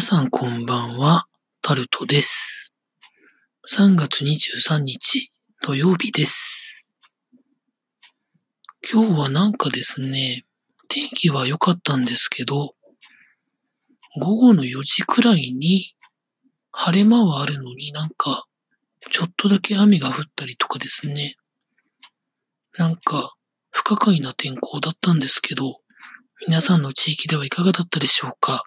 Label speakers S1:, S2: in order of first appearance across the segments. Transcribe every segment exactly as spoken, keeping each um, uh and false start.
S1: さんこんばんは、タルトです。さんがつにじゅうさんにち土曜日です。今日はなんかですね、天気は良かったんですけど、午後のよじくらいに晴れ間はあるのになんかちょっとだけ雨が降ったりとかですね、なんか不可解な天候だったんですけど、皆さんの地域ではいかがだったでしょうか。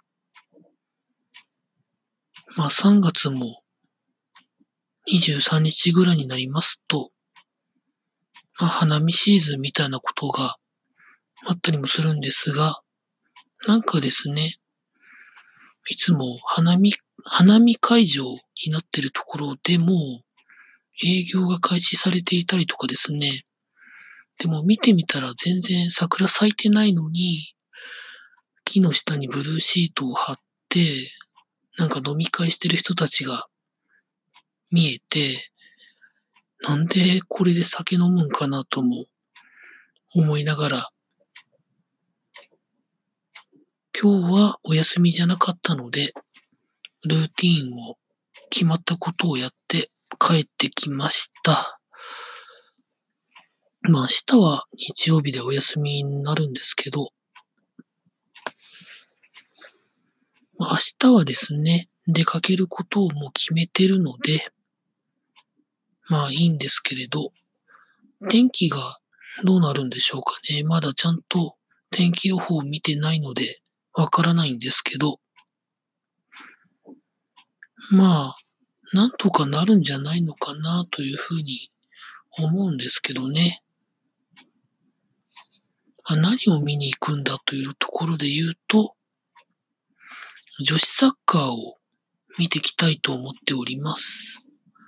S1: まあさんがつもにじゅうさんにちぐらいになりますと、まあ、花見シーズンみたいなことがあったりもするんですが、なんかですね、いつも花見、花見会場になっているところでも営業が開始されていたりとかですね、でも見てみたら全然桜咲いてないのに、木の下にブルーシートを張って、なんか飲み会してる人たちが見えて、なんでこれで酒飲むんかなとも思いながら、今日はお休みじゃなかったので、ルーティーンを決まったことをやって帰ってきました。まあ明日は日曜日でお休みになるんですけど、まあ、明日はですね、出かけることをもう決めてるので、まあいいんですけれど、天気がどうなるんでしょうかね。まだちゃんと天気予報を見てないのでわからないんですけど、まあ、なんとかなるんじゃないのかなというふうに思うんですけどね。何を見に行くんだというところで言うと、女子サッカーを見てきたいと思っております。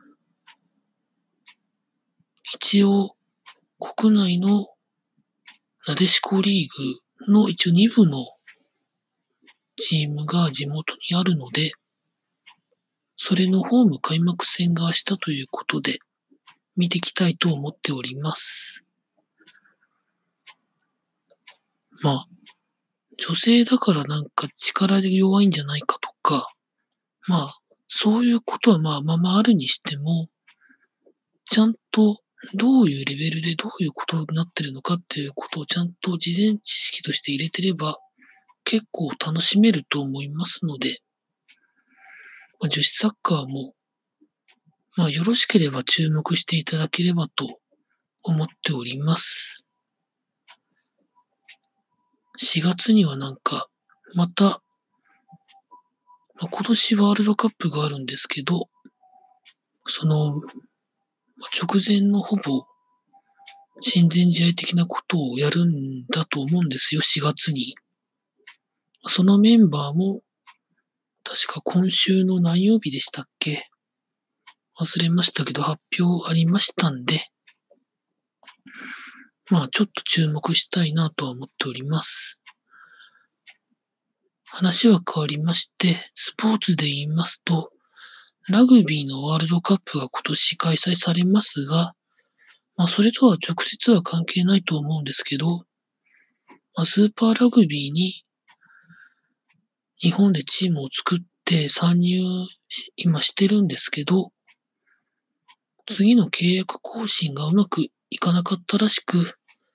S1: 一応、国内のなでしこリーグの一応にぶのチームが地元にあるので、それのホーム開幕戦が明日ということで、見てきたいと思っております。まあ、女性だからなんか力で弱いんじゃないかとか、まあ、そういうことはまあまあまああるにしても、ちゃんとどういうレベルでどういうことになってるのかっていうことをちゃんと事前知識として入れてれば結構楽しめると思いますので、まあ、女子サッカーも、まあよろしければ注目していただければと思っております。しがつにはなんか、また、まあ、今年ワールドカップがあるんですけど、その直前のほぼ親善試合的なことをやるんだと思うんですよ、しがつに。そのメンバーも、確か今週の何曜日でしたっけ？忘れましたけど発表ありましたんで、まあちょっと注目したいなとは思っております。話は変わりまして、スポーツで言いますと、ラグビーのワールドカップが今年開催されますが、まあそれとは直接は関係ないと思うんですけど、まあ、スーパーラグビーに日本でチームを作って参入し今してるんですけど、次の契約更新がうまくいかなかったらしく、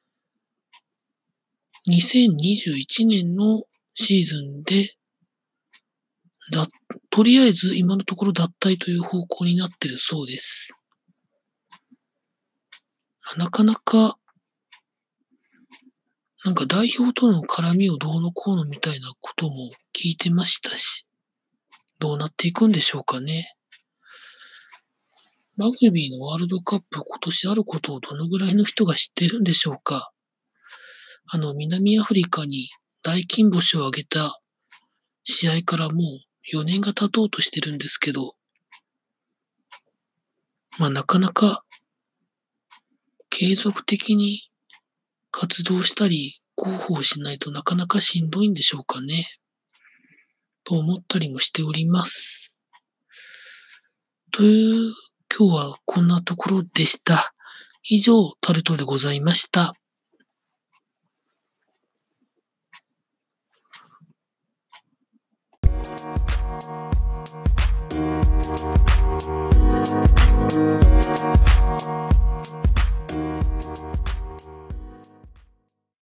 S1: にせんにじゅういちねんのシーズンで、だ、とりあえず今のところ脱退という方向になってるそうです。なかなか、なんか代表との絡みをどうのこうのみたいなことも聞いてましたし、どうなっていくんでしょうかね。ラグビーのワールドカップ今年あることをどのぐらいの人が知ってるんでしょうか。あの、南アフリカに大金星を挙げた試合からもうよねんが経とうとしてるんですけど、まあなかなか継続的に活動したり広報しないとなかなかしんどいんでしょうかね。と思ったりもしております。という、今日はこんなところでした。以上、タルトでございました。